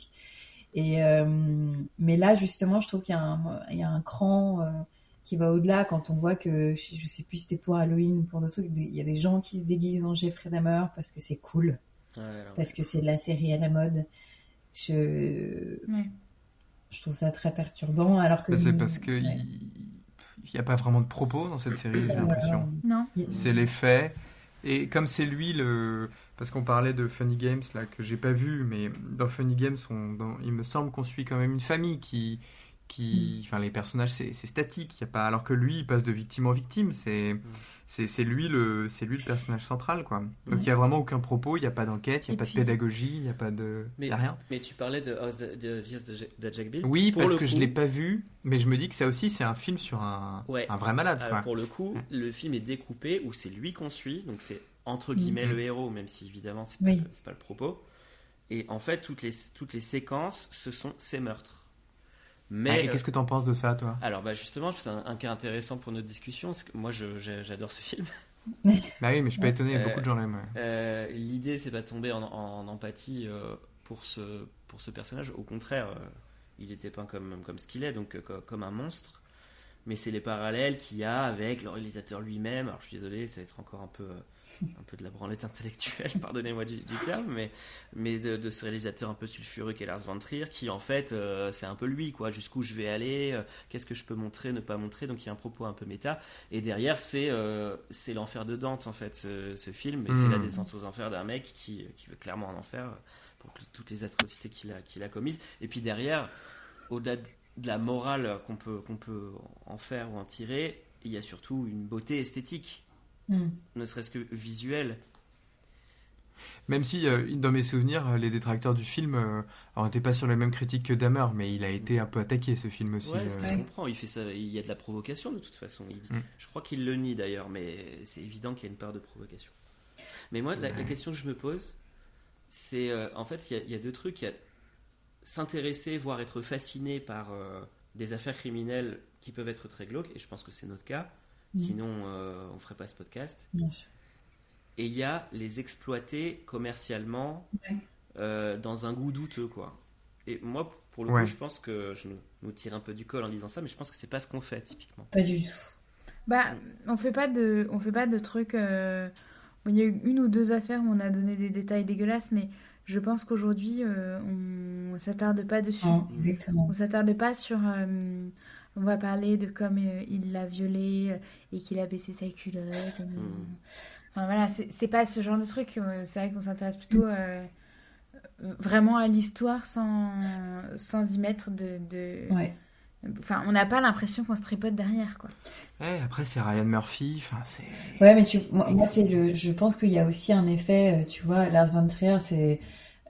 Mais là, justement, je trouve qu'il y a un cran... qui va au-delà quand on voit que, je sais plus si c'était pour Halloween ou pour d'autres trucs, il y a des gens qui se déguisent en Jeffrey Dahmer parce que c'est cool, parce que c'est de la série à la mode. Je trouve ça très perturbant, alors que... C'est parce que il n'y a pas vraiment de propos dans cette série, j'ai l'impression. Non. C'est les faits. Et comme c'est lui, parce qu'on parlait de Funny Games, là, que j'ai pas vu, mais dans Funny Games, il me semble qu'on suit quand même une famille qui enfin, les personnages, c'est statique, il y a pas, alors que lui il passe de victime en victime, c'est lui le personnage central, quoi. Donc il y a vraiment aucun propos, il y a pas d'enquête, il y a pas de pédagogie, il y a pas de y a rien. Mais tu parlais de House de Jack Bill. Oui, parce que je l'ai pas vu, mais je me dis que ça aussi c'est un film sur un vrai malade, quoi. Pour le coup, le film est découpé où c'est lui qu'on suit, donc c'est entre guillemets le héros, même si évidemment c'est pas le propos. Et en fait toutes les séquences, ce sont ses meurtres. Mais et qu'est-ce que t'en penses de ça, toi? alors justement, c'est un cas intéressant pour notre discussion, parce que moi j'adore ce film. Bah oui, mais je suis pas étonné, beaucoup de gens l'aiment. L'idée, c'est pas de tomber en empathie pour ce personnage. Au contraire, il était peint comme ce qu'il est, donc comme un monstre. Mais c'est les parallèles qu'il y a avec le réalisateur lui-même. Alors je suis désolé, ça va être encore un peu de la branlette intellectuelle, pardonnez-moi du terme, mais de ce réalisateur un peu sulfureux qu'est Lars von Trier, qui en fait c'est un peu lui, quoi. Jusqu'où je vais aller, qu'est-ce que je peux montrer, ne pas montrer. Donc il y a un propos un peu méta. Et derrière c'est l'enfer de Dante en fait, ce film, et c'est la descente aux enfers d'un mec qui veut clairement en enfer pour toutes les atrocités qu'il a commises. Et puis derrière, au-delà de la morale qu'on peut en faire ou en tirer, il y a surtout une beauté esthétique, ne serait-ce que visuelle. Même si, dans mes souvenirs, les détracteurs du film n'étaient pas sur les mêmes critiques que Dahmer, mais il a été un peu attaqué, ce film aussi. Ouais, c'est ce que je comprends. Il fait ça, il y a de la provocation de toute façon. Je crois qu'il le nie d'ailleurs, mais c'est évident qu'il y a une part de provocation. Mais moi, la question que je me pose, c'est en fait, il y a deux trucs. Il y a s'intéresser, voire être fasciné par des affaires criminelles qui peuvent être très glauques, et je pense que c'est notre cas, sinon on ne ferait pas ce podcast. Bien sûr. Et il y a les exploiter commercialement dans un goût douteux, quoi. Et moi, pour le coup, je pense que je nous tire un peu du col en disant ça, mais je pense que c'est pas ce qu'on fait typiquement. Pas du tout. Bah, on fait pas de trucs. Bon, il y a eu une ou deux affaires où on a donné des détails dégueulasses, mais je pense qu'aujourd'hui, on s'attarde pas dessus. Non, exactement. On s'attarde pas sur. On va parler de comme il l'a violée et qu'il a baissé sa culotte. Enfin voilà, c'est pas ce genre de truc. C'est vrai qu'on s'intéresse plutôt vraiment à l'histoire sans y mettre de... Ouais. Enfin, on n'a pas l'impression qu'on se tripote derrière, quoi. Ouais, après, c'est Ryan Murphy. C'est... Ouais, mais moi je pense qu'il y a aussi un effet, tu vois, Lars von Trier, c'est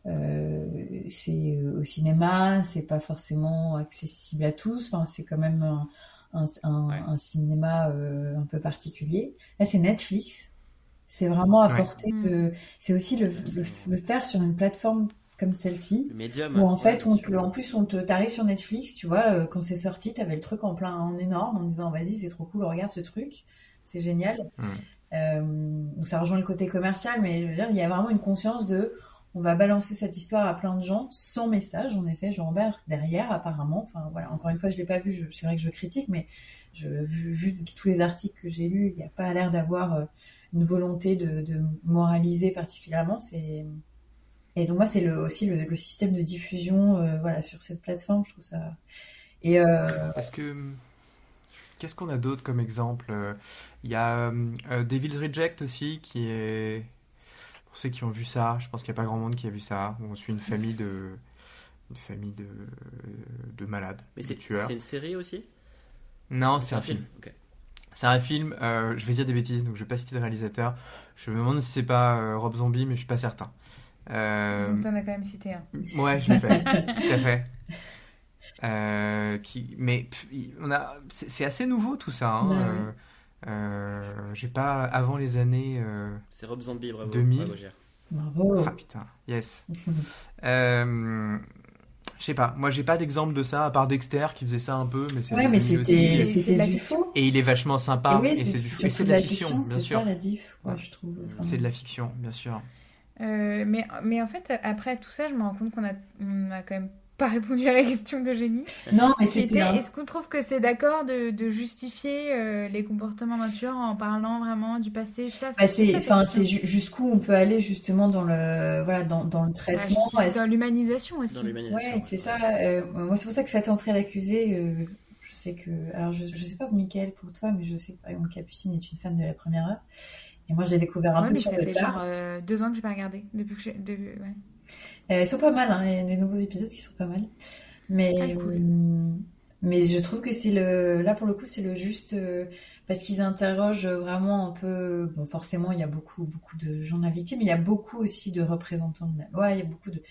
au cinéma, c'est pas forcément accessible à tous. Enfin, c'est quand même un cinéma un peu particulier. Là, c'est Netflix. C'est vraiment à portée de... C'est aussi le faire sur une plateforme comme celle-ci, le médium, où en fait, t'arrives sur Netflix, tu vois, quand c'est sorti, t'avais le truc en énorme, en disant, vas-y, c'est trop cool, regarde ce truc, c'est génial. Où ça rejoint le côté commercial, mais je veux dire, il y a vraiment une conscience on va balancer cette histoire à plein de gens, sans message, en effet, Jean-Bert, derrière, apparemment. Enfin, voilà, encore une fois, je l'ai pas vu, c'est vrai que je critique, mais vu tous les articles que j'ai lus, il n'y a pas l'air d'avoir une volonté de moraliser particulièrement, Et donc moi, c'est aussi le système de diffusion voilà, sur cette plateforme, je trouve ça... Et Parce que... Qu'est-ce qu'on a d'autre comme exemple? Il y a Devil's Reject aussi, qui est... Pour ceux qui ont vu ça, je pense qu'il n'y a pas grand monde qui a vu ça. On suit une famille de malades, mais de tueurs. C'est une série aussi? Non, c'est un film. Okay. C'est un film, je vais dire des bêtises, donc je vais pas citer de réalisateur. Je me demande si c'est pas Rob Zombie, mais je suis pas certain. Donc t'en as quand même cité un. Ouais, je l'ai fait, tout à fait. C'est assez nouveau tout ça. Hein. J'ai pas avant les années. C'est Rob Zombie, bravo. 2000. Bravo. Ah putain, yes. Je sais pas, moi j'ai pas d'exemple de ça à part Dexter qui faisait ça un peu, mais c'est mais c'était du faux. Et il est vachement sympa. Et c'est de la fiction, bien sûr. C'est ça la diff, je trouve. C'est de la fiction, bien sûr. Mais en fait, après tout ça, je me rends compte qu'on a quand même pas répondu à la question d'Eugénie. Non, mais c'était... Est-ce qu'on trouve que c'est d'accord de justifier les comportements d'un tueur en parlant vraiment du passé? C'est jusqu'où on peut aller justement dans le traitement. Dans l'humanisation aussi. Ouais, c'est ça. Moi, c'est pour ça que Faites entrer l'accusé... je sais que... Alors, je sais pas, Mickaël, pour toi, mais je sais que, par exemple, Capucine est une fan de la première heure. Et moi, je l'ai découvert un peu sur le tard. Ça fait genre 2 ans que j'ai pas regardé. Depuis que ils sont pas mal, hein. Il y a des nouveaux épisodes qui sont pas mal. Mais, cool. Mais je trouve que c'est là pour le coup, c'est le juste, parce qu'ils interrogent vraiment un peu, bon, forcément, il y a beaucoup de gens invités, mais il y a beaucoup aussi de représentants de la loi, il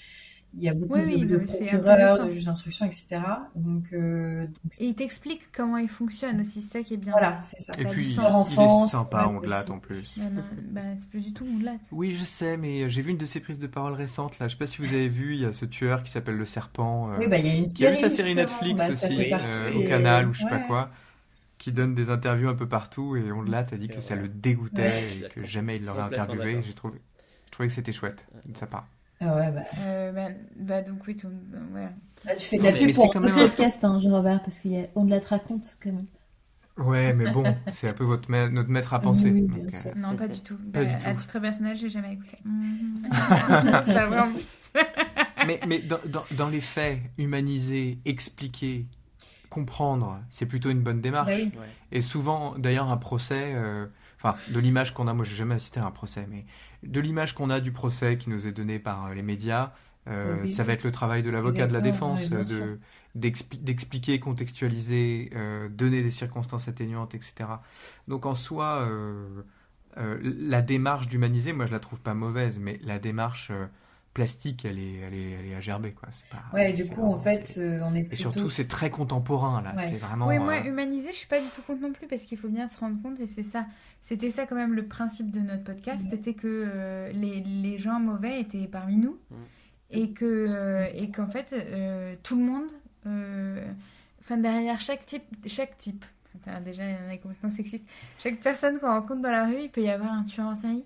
il y a beaucoup Oui, de non, mais c'est procureurs, intéressant. de juges d'instruction, etc. Donc, Et il t'explique comment il fonctionne aussi, c'est ça qui est bien. voilà, c'est ça. Et Ça a puis, du il sens. Leur est enfance, sympa, ouais, Ondelat aussi. en plus. Bah non, bah, c'est plus du tout Ondelat. Oui, je sais, mais j'ai vu une de ses prises de parole récentes, là. Je sais pas si vous avez vu, il y a ce tueur qui s'appelle Le Serpent, Oui, bah, il y a une qui a eu série, sa série justement. Netflix Bah, ça aussi, fait partie au des- canal ou je sais pas Ouais. quoi, qui donne des interviews un peu partout, et Ondelat a dit que ça le dégoûtait Ouais. Je suis et que d'accord. jamais il l'aurait Complètement interviewé. d'accord. Je trouvais que c'était chouette de sa part. Ah ouais, bah. Donc oui, ouais. Là, tu fais de Non, la mais pub c'est pour quand un même un- podcast, hein, Jean-Robert, parce qu'il y a On de la te raconte quand même. Ouais, mais bon, c'est un peu notre maître à penser. Oui, donc, bien sûr. Non, pas du tout. Pas du À tout. titre personnel, j'ai jamais écouté. C'est pas vrai en plus. mais dans les faits, humaniser, expliquer, comprendre, c'est plutôt une bonne démarche. Bah oui. Ouais. Et souvent, d'ailleurs, un procès, enfin, de l'image qu'on a, moi j'ai jamais assisté à un procès, mais de l'image qu'on a du procès qui nous est donné par les médias, Oui. ça va être le travail de l'avocat de la Exactement, défense, ouais, bien sûr. d'expliquer, contextualiser, donner des circonstances atténuantes, etc. Donc en soi, la démarche d'humaniser, moi je la trouve pas mauvaise, mais la démarche plastique, elle est à gerber, quoi. C'est pas, Ouais, et du c'est coup, vraiment- en fait, c'est- on est Et plutôt. surtout, c'est très contemporain, là. Ouais. C'est vraiment... Oui, moi, humaniser, je suis pas du tout contre non plus parce qu'il faut bien se rendre compte et c'est ça. C'était ça quand même le principe de notre podcast, c'était que les gens mauvais étaient parmi nous et qu'en fait tout le monde, enfin derrière chaque type. Enfin, déjà on est complètement sexiste. Chaque personne qu'on rencontre dans la rue, il peut y avoir un tueur en série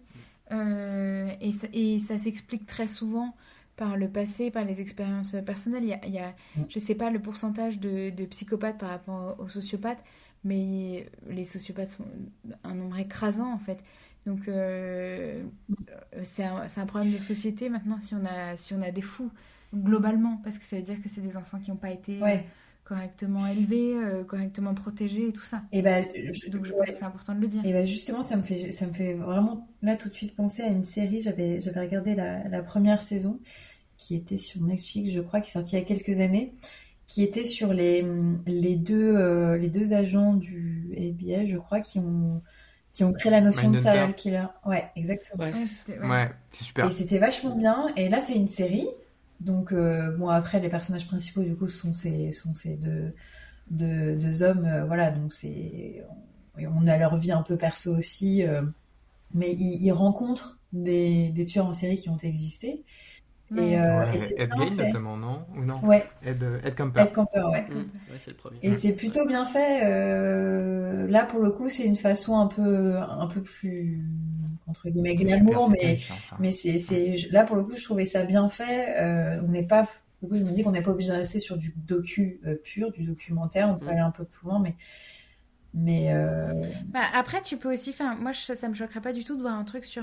et ça s'explique très souvent par le passé, par les expériences personnelles. Il y a je sais pas le pourcentage de psychopathes par rapport aux sociopathes, mais les sociopathes sont un nombre écrasant en fait. Donc c'est un problème de société maintenant si on a des fous globalement, parce que ça veut dire que c'est des enfants qui n'ont pas été Ouais. correctement élevés, correctement protégés et tout ça. Et bah, Donc je pense que c'est important de le dire. Et bah justement, ça me fait vraiment là tout de suite penser à une série. J'avais regardé la première saison qui était sur Netflix, je crois, qui est sortie il y a quelques années, qui était sur les deux agents du FBI, je crois, qui ont créé la notion de Mindhunter. serial killer. Ouais, exactement. Ouais. Ouais, c'était- ouais. Ouais, c'est super. Et c'était vachement bien. Et là, c'est une série. Donc, bon, après, les personnages principaux, du coup, sont ces deux hommes. Voilà, donc on a leur vie un peu perso aussi. Mais ils rencontrent des tueurs en série qui ont existé. Ouais. Ouais, Et c'est Ed bien Gein fait. notamment, non? Ou non? Ouais, Ed Kemper. Ed Kemper, ouais. Ouais, c'est le premier. Et c'est plutôt bien fait. Là, pour le coup, c'est une façon un peu plus, entre guillemets, glamour, Super, c'est mais terrifiant, ça. là, pour le coup, je trouvais ça bien fait. On n'est pas, du coup, je me dis qu'on n'est pas obligé de rester sur du docu pur, du documentaire. On peut aller un peu plus loin, mais Bah, après, tu peux aussi. Enfin, moi, ça me choquerait pas du tout de voir un truc sur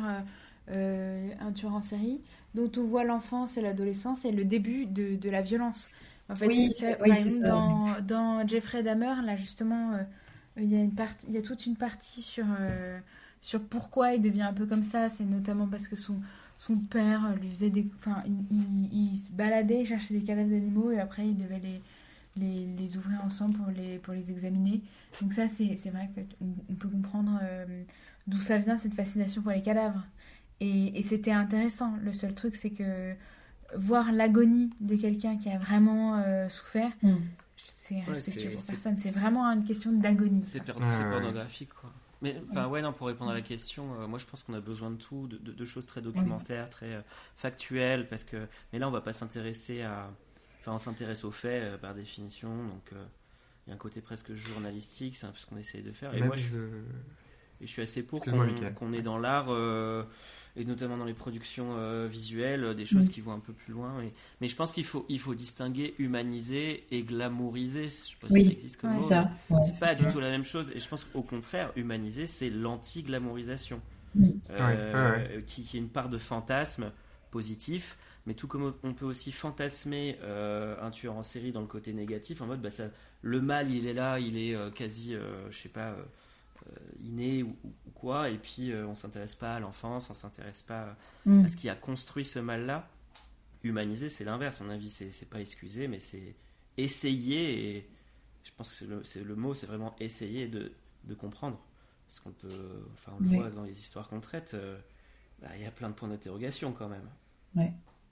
un tueur en série dont on voit l'enfance et l'adolescence et le début de la violence. En fait, Oui, par c'est exemple, ça. dans Jeffrey Dahmer, là justement, il y a toute une partie sur pourquoi il devient un peu comme ça. C'est notamment parce que son père lui faisait enfin, il se baladait, il cherchait des cadavres d'animaux et après il devait les ouvrir ensemble pour les examiner. Donc ça, c'est vrai qu'on peut comprendre d'où ça vient, cette fascination pour les cadavres. Et c'était intéressant. Le seul truc, c'est que voir l'agonie de quelqu'un qui a vraiment souffert, c'est respectueux pour personne. C'est vraiment une question d'agonie. C'est Ouais. pornographique, quoi. Mais enfin, ouais, non, pour répondre à la question, moi je pense qu'on a besoin de tout, de choses très documentaires, très factuelles, parce que. Mais là, on va pas s'intéresser à. Enfin, on s'intéresse aux faits par définition, donc il y a un côté presque journalistique, c'est un peu ce qu'on essaye de faire. Et Même moi, je suis assez pour Excuse-moi, Mickaël. qu'on ait dans l'art, et notamment dans les productions visuelles, des choses qui vont un peu plus loin. Mais je pense qu'il faut distinguer humaniser et glamouriser. Je sais pas si ça existe comme c'est mot. ça. Ouais, C'est pas c'est du ça. tout la même chose. Et je pense qu'au contraire, humaniser, c'est l'anti-glamourisation. Ouais. Qui est une part de fantasme positif. Mais tout comme on peut aussi fantasmer un tueur en série dans le côté négatif, en mode le mal il est là, il est quasi, je sais pas, inné ou quoi, et puis on s'intéresse pas à l'enfance, on s'intéresse pas à ce qui a construit ce mal-là. Humaniser, c'est l'inverse, à mon avis, c'est pas excuser, mais c'est essayer, et je pense que c'est le mot, c'est vraiment essayer de comprendre. Parce qu'on peut, enfin on le voit dans les histoires qu'on traite, il y a plein de points d'interrogation quand même. Ouais.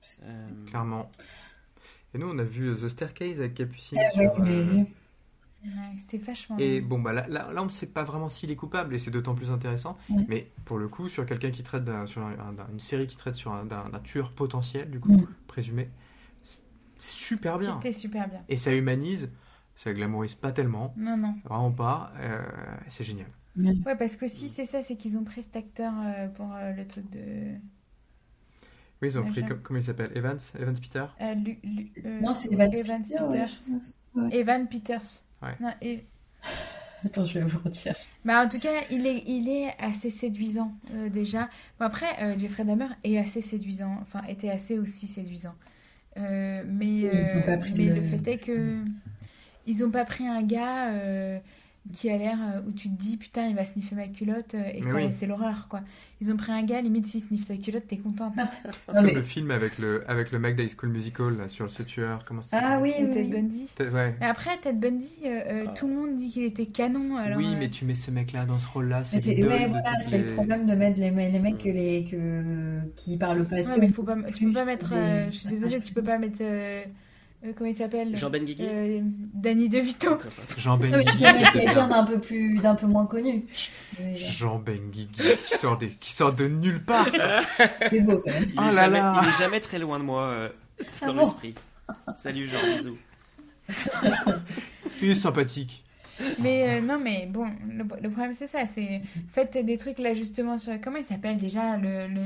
Clairement. Et nous, on a vu The Staircase avec Capucine. Ouais, on l'a vu. Ouais, c'était vachement Et bien. bon, bah là, on ne sait pas vraiment s'il est coupable, et c'est d'autant plus intéressant. Ouais. Mais pour le coup, sur quelqu'un qui traite une série qui traite d'un tueur potentiel, du coup, présumé, c'est super bien. C'était super bien. Et ça humanise, ça glamourise pas tellement, Non. vraiment pas. C'est génial. Ouais, parce que si c'est ça, c'est qu'ils ont pris cet acteur pour le truc de. Oui, ils ont Ouais, pris, j'aime. comment il s'appelle, Evans Peter. Non, c'est Evan Evan Peters. Peters. Ouais. Evan Peters. Ouais. Non, Attends, je vais vous redire. Bah, en tout cas, il est assez séduisant déjà. Bon, après, Jeffrey Dahmer est assez séduisant, enfin était assez aussi séduisant. Mais Ils ont pas pris mais le- le fait est que ils ont pas pris un gars qui a l'air où tu te dis putain il va sniffer ma culotte et Mais ça oui. c'est l'horreur quoi. Ils ont pris un gars limite s'il sniffe ta culotte t'es contente. C'est Non, comme mais- le film avec le mec d'High School Musical, là, sur ce tueur. Comment ça Ah s'appelle oui, C'est Ted oui. Bundy. Ouais. Mais après Ted Bundy, tout le monde dit qu'il était canon. Alors, Oui, mais tu mets ce mec-là dans ce rôle-là, c'est Mais c'est l'idole ouais, de voilà, toutes c'est les- le problème de mettre les mecs qui par le passé. ouais, mais faut pas, tu plus peux pas mettre. des Je suis désolée, tu peux pas mettre. Comment il s'appelle Jean Benguigui. Danny DeVito. Jean Non, mais Benguigui, tu peux mettre c'était quelqu'un bien. d'un peu moins connu. Jean Benguigui qui sort de nulle part. C'est beau quand même. Il Oh est là jamais, là. il est jamais très loin de moi dans bon l'esprit. Salut Jean, bisous. Fille sympathique. Mais non, mais bon, le problème c'est ça. C'est faites des trucs là justement sur. Comment il s'appelle déjà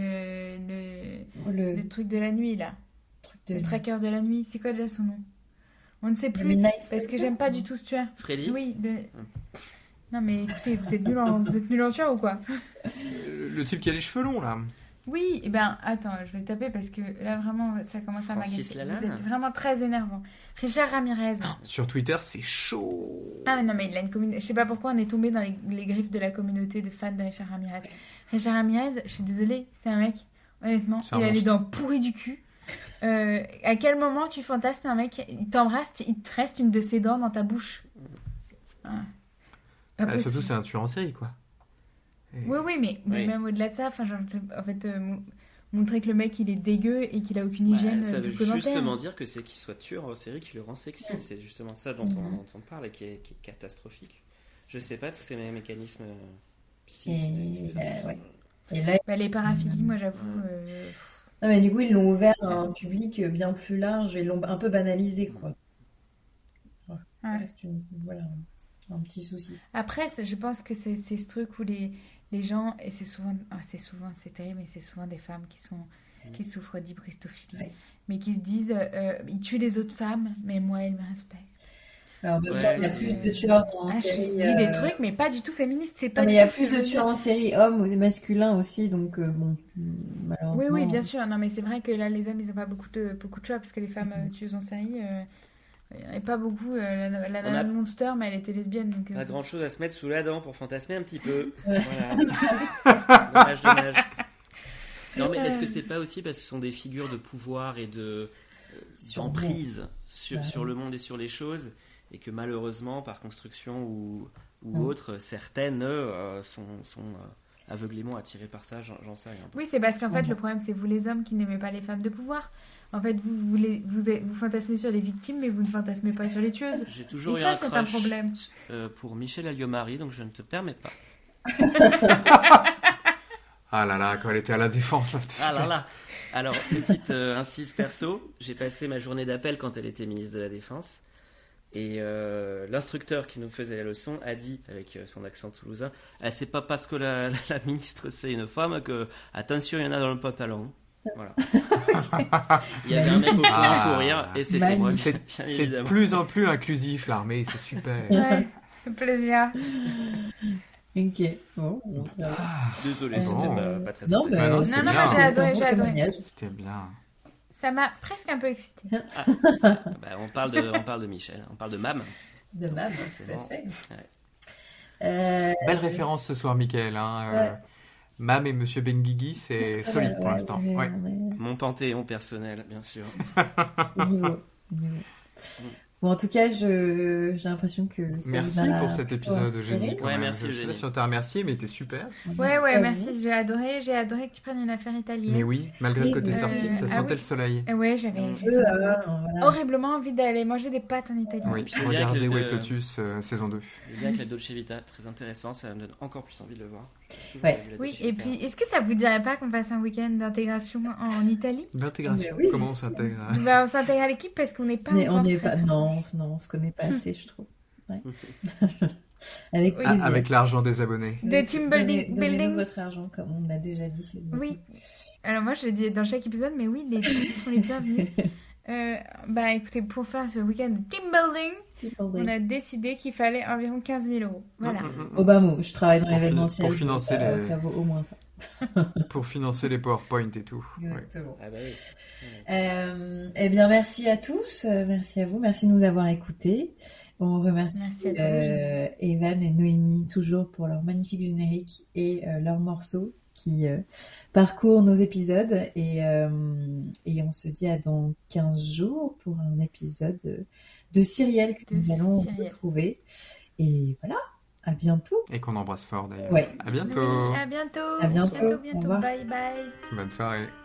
le truc de la nuit là. truc de Le tracker de la nuit. C'est quoi déjà son nom? On ne sait le plus. Midnight Parce que Stalker. j'aime pas du tout ce tueur. Freddy. Oui. Non mais écoutez, vous êtes nuls en tueur ou quoi? Le type qui a les cheveux longs, là. Oui, et ben attends, je vais le taper parce que là vraiment ça commence à Francis m'agacer. Lalanne. Vous êtes vraiment très énervant. Richard Ramirez. Sur Twitter, c'est chaud. Ah mais non mais il a une communauté. Je sais pas pourquoi on est tombé dans les griffes de la communauté de fans de Richard Ramirez. Richard Ramirez, je suis désolée, c'est un mec. Honnêtement, C'est un il a les monstre. dents pourries du cul. À quel moment tu fantasmes un mec, il t'embrasse, il te reste une de ses dents dans ta bouche. Ah. Pas possible. Surtout, c'est un tueur en série, quoi. Et- Oui, mais Oui. même au-delà de ça, enfin, genre, en fait, montrer que le mec il est dégueu et qu'il a aucune hygiène Ça veut bucco-dentaire. justement dire que c'est qu'il soit tueur en série qui le rend sexy. C'est justement ça dont on parle et qui est catastrophique. Je sais pas, tous ces mécanismes psychiques. ouais. Et là, Bah, les paraphilies, moi j'avoue. non, mais du coup, ils l'ont ouvert à un public bien plus large et ils l'ont un peu banalisé, quoi. Ouais. Ouais. Reste voilà, un petit souci. Après, je pense que c'est ce truc où les gens, et c'est souvent, c'est terrible, mais c'est souvent des femmes qui souffrent d'hybristophilie, Ouais. mais qui se disent, ils tuent les autres femmes, mais moi, elles me respectent. Alors, en même Ouais, temps, il y a c'est- plus de tueurs en Ah, je série. dis des trucs, mais pas du tout féministes, c'est pas Non, mais du il y a tout plus ce que de je veux tueurs dire. en série hommes ou masculins aussi, donc bon, malheureusement. Oui, bien sûr. Non, mais c'est vrai que là, les hommes, ils n'ont pas beaucoup de choix parce que les femmes tueuses en série, il n'y en a pas beaucoup. La nana de Monster, mais elle était lesbienne. Donc, Pas grand chose à se mettre sous la dent pour fantasmer un petit peu. Voilà. Dommage. Non, mais est-ce que c'est pas aussi parce que ce sont des figures de pouvoir et de d'emprise sur le monde et sur les choses, et que malheureusement, par construction ou autre, certaines sont aveuglément attirées par ça, j'en sais rien. Oui, c'est parce qu'en fait, le problème, c'est vous les hommes qui n'aimez pas les femmes de pouvoir. En fait, vous fantasmez sur les victimes, mais vous ne fantasmez pas sur les tueuses. J'ai toujours Et eu ça, un c'est un crush problème. pour Michel Alliot-Marie, donc je ne te permets pas. Ah là là, quand elle était à la défense, là, c'était Ah super. là là. Alors, petite incise perso, j'ai passé ma journée d'appel quand elle était ministre de la Défense. Et l'instructeur qui nous faisait la leçon a dit, avec son accent toulousain, c'est pas parce que la ministre c'est une femme que, attention, il y en a dans le pantalon. Voilà. Il y avait un mec au fond Ah. fou rire, et c'était moi, C'est bien c'est de évidemment. plus en plus inclusif, l'armée, c'est super. Ouais, plaisir. Ok, bon. Désolé, Bon. c'était pas très Non, intéressant. Bah non, mais c'est Non, non, bien. mais j'ai adoré, j'ai adoré. C'était bien. Ça m'a presque un peu excitée. Bah, on parle de Michel, on parle de Mam. De Mam, C'est tout à bon. fait. Ouais. Belle référence ce soir, Mickaël. Hein. Ouais. Mam et Monsieur Benguigui, c'est solide pour l'instant. Ouais. Mon panthéon personnel, bien sûr. Bon, en tout cas, j'ai l'impression que ça Merci vous a pour cet plutôt épisode, inspiré. Eugénie. quand Ouais, même. merci, Je sais Eugénie. pas si on t'a remercié, mais t'es super. Ouais, à merci, vous. j'ai adoré que tu prennes une affaire italienne. Mais oui, malgré le côté Oui, sortide, ça ah sentait oui. le soleil. Ouais, j'avais Voilà. horriblement envie d'aller manger des pâtes en Italie. Oui, puis il y a regardez que le- White Lotus saison 2. Le lien avec la Dolce Vita, très intéressant, ça me donne encore plus envie de le voir. J'ai toujours Ouais. pas vu la Oui, Dolce et Vita. puis, est-ce que ça vous dirait pas qu'on fasse un week-end d'intégration en Italie? L'intégration, Mais oui, comment on bien s'intègre On s'intègre à l'équipe parce qu'on n'est pas Mais on encore n'est très pas. très Non, on se connaît pas assez, je trouve. Ouais. Avec Oui. plaisir. avec l'argent des abonnés. De team building. Donnez-nous votre argent, comme on l'a déjà dit. C'est Oui. Alors moi je le dis dans chaque épisode, mais oui, les teams sont les bienvenus. Bah écoutez, pour faire ce week-end de team building, on a décidé qu'il fallait environ 15 000 euros. Voilà. Obama, je travaille dans Pour l'événementiel. pour financer ça, les- ça vaut au moins ça. Pour financer les PowerPoint et tout. Ouais. Exactement. Ah bah oui. Eh bien, merci à tous, merci à vous, merci de nous avoir écoutés. On remercie Merci à toi, Evan et Noémie toujours pour leur magnifique générique et leurs morceaux qui parcourent nos épisodes. Et on se dit à dans 15 jours pour un épisode de Cyrielle que De nous allons Cyrielle. retrouver. Et voilà, à bientôt. Et qu'on embrasse fort d'ailleurs. Ouais. À bientôt. À bientôt. À bientôt. Au revoir. Bye bye. Bonne soirée.